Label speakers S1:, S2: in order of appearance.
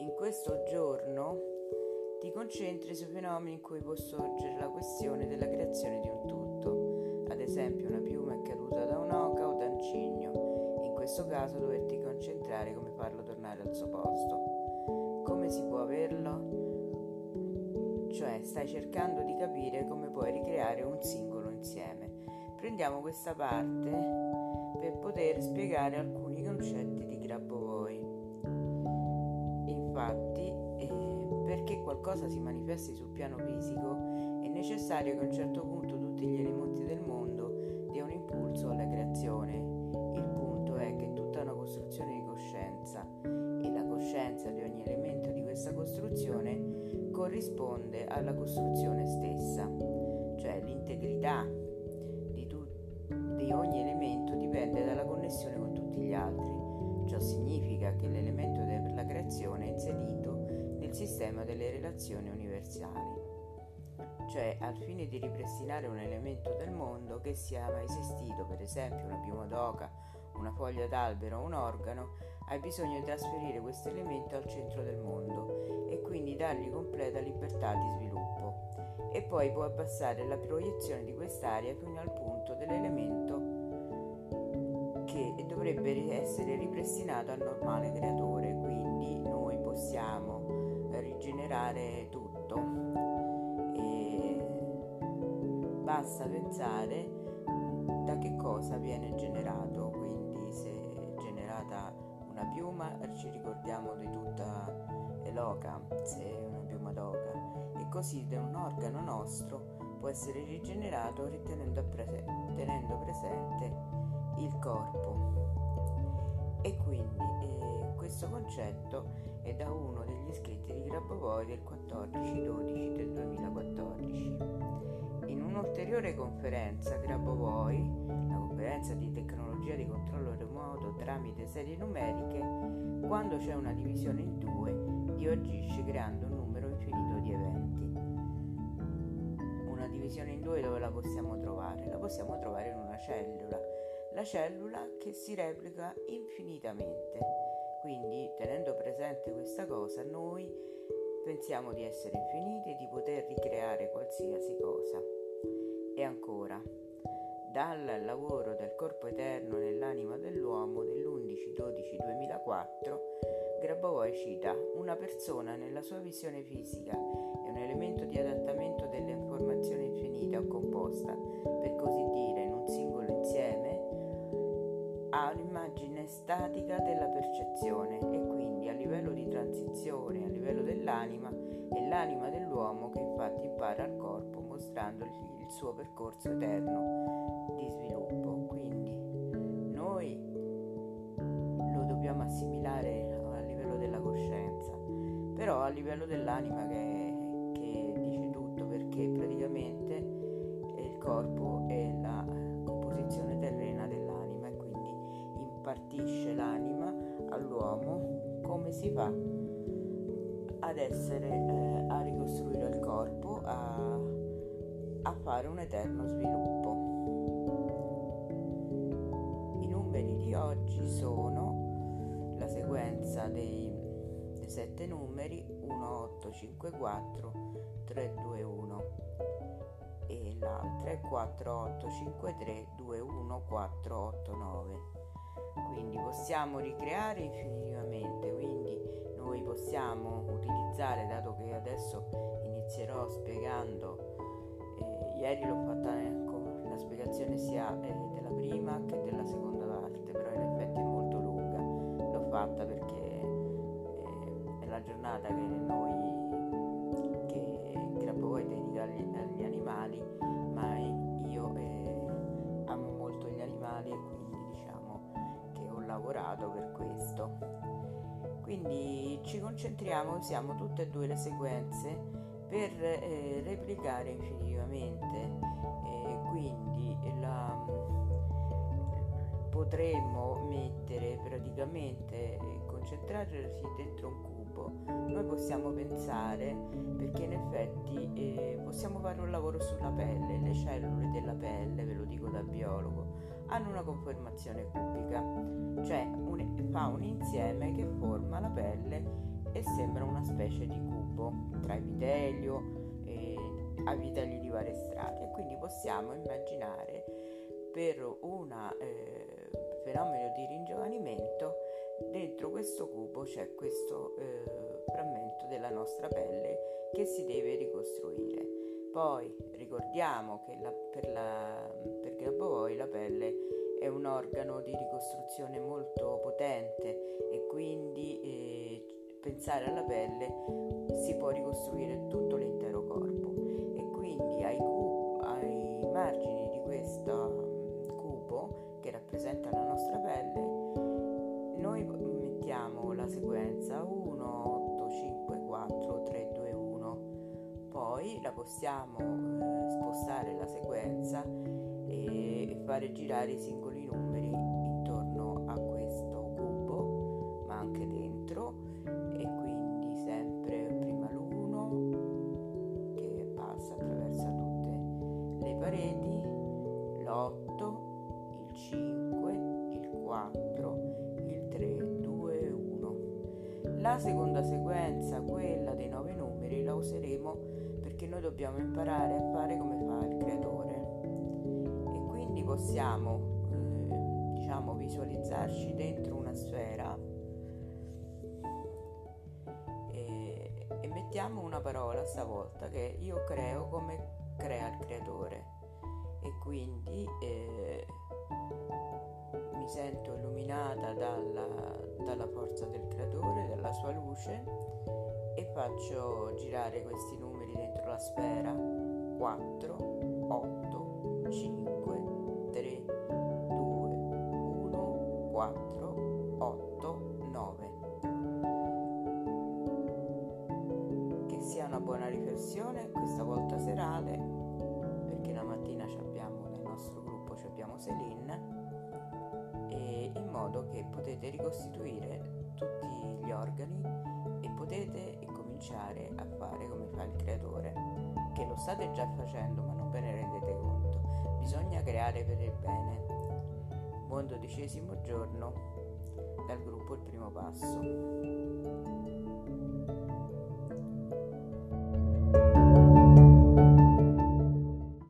S1: In questo giorno ti concentri sui fenomeni in cui può sorgere la questione della creazione di un tutto. Ad esempio, una piuma è caduta da un'oca o da un cigno. In questo caso dovresti concentrare come farlo tornare al suo posto. Come si può averlo? Cioè, stai cercando di capire come puoi ricreare un singolo insieme. Prendiamo questa parte per poter spiegare alcuni concetti di Grabovoi. Infatti, perché qualcosa si manifesti sul piano fisico, è necessario che a un certo punto tutti gli elementi del mondo diano un impulso alla creazione. Il punto è che tutta una costruzione di coscienza e la coscienza di ogni elemento di questa costruzione corrisponde alla costruzione stessa, cioè l'integrità di ogni elemento dipende dalla connessione con tutti gli altri. Ciò significa che l'elemento della creazione è inserito nel sistema delle relazioni universali, cioè al fine di ripristinare un elemento del mondo che sia mai esistito, per esempio una piuma d'oca, una foglia d'albero o un organo, hai bisogno di trasferire questo elemento al centro del mondo e quindi dargli completa libertà di sviluppo, e poi puoi abbassare la proiezione di quest'area fino al punto dell'elemento che dovrebbe essere ripristinato al normale creatore. Quindi noi possiamo rigenerare tutto e basta pensare da che cosa viene generato. Quindi se è generata una piuma ci ricordiamo di tutta l'oca, se è una piuma d'oca, e così da un organo nostro può essere rigenerato tenendo presente il corpo. E quindi questo concetto è da uno degli scritti di Grabovoi del 14/12 del 2014. In un'ulteriore conferenza Grabovoi, la conferenza di tecnologia di controllo remoto tramite serie numeriche, quando c'è una divisione in due, Dio agisce creando un numero infinito di eventi. Una divisione in due dove la possiamo trovare? La possiamo trovare in una cellula. La cellula che si replica infinitamente. Quindi, tenendo presente questa cosa, noi pensiamo di essere infiniti e di poter ricreare qualsiasi cosa. E ancora, dal lavoro del corpo eterno nell'anima dell'uomo dell'11/12/2004, Grabovoi cita: una persona nella sua visione fisica è un elemento di adattamento dell'informazione infinita o composta, per così dire, in un singolo insieme, ha un'immagine statica della percezione, e quindi a livello di transizione a livello dell'anima è l'anima dell'uomo che infatti impara al corpo mostrandogli il suo percorso eterno di sviluppo. Quindi noi lo dobbiamo assimilare a livello della coscienza, però a livello dell'anima che dice tutto, perché praticamente il corpo è la composizione terrena dell'anima e quindi impartisce l'anima all'uomo. Come si fa ad essere, a ricostruire il corpo, a fare un eterno sviluppo? I numeri di oggi sono la sequenza dei 7 numeri 1854 321 e l'altra è 4853 21489. Quindi possiamo ricreare infinitivamente, quindi noi possiamo utilizzare, dato che adesso inizierò spiegando, ieri l'ho fatta con la spiegazione sia della prima che della seconda parte, però in effetti è molto lunga. L'ho fatta perché è la giornata che Grabovoi dedica agli animali, ma io amo molto gli animali e quindi diciamo che ho lavorato per questo. Quindi ci concentriamo, usiamo tutte e due le sequenze per replicare infinitivamente, quindi potremmo mettere praticamente, concentrarci dentro un cubo. Noi possiamo pensare, perché in effetti possiamo fare un lavoro sulla pelle. Le cellule della pelle, ve lo dico da biologo, hanno una conformazione cubica, cioè fa un insieme che forma la pelle e sembra una specie di cubo tra epitelio e avitali di vari strati, e quindi possiamo immaginare per un fenomeno di ringiovanimento dentro questo cubo c'è questo frammento della nostra pelle che si deve ricostruire. Poi ricordiamo che per Grabovoi la pelle è un organo di ricostruzione molto potente, e quindi pensare alla pelle si può ricostruire tutto l'intero corpo, e quindi ai margini di questo cubo che rappresenta la nostra pelle noi mettiamo la sequenza 1, 8, 5, 4, 3, 2, 1. Poi la possiamo spostare la sequenza e fare girare i singoli numeri intorno a questo cubo, ma anche dentro, e quindi sempre prima l'1 che passa, attraversa tutte le pareti, l'8, il 5, il 4, il 3, 2, 1. La seconda sequenza, quella dei 9 numeri, la useremo perché noi dobbiamo imparare a fare come fa il creatore, e quindi possiamo visualizzarci dentro una sfera e mettiamo una parola stavolta che io creo come crea il creatore, e quindi mi sento illuminata dalla forza del creatore, dalla sua luce, e faccio girare questi numeri dentro la sfera: 4, 8, 5, 3, 2, 1, 4, 8, 9. Che sia una buona riflessione, questa volta serale, perché la mattina nel nostro gruppo abbiamo Céline, e in modo che potete ricostituire tutti gli organi e potete cominciare a fare come fa il creatore, che lo state già facendo ma non ve ne rendete conto. Bisogna creare per il bene. Buon 12° giorno dal gruppo Il Primo Passo.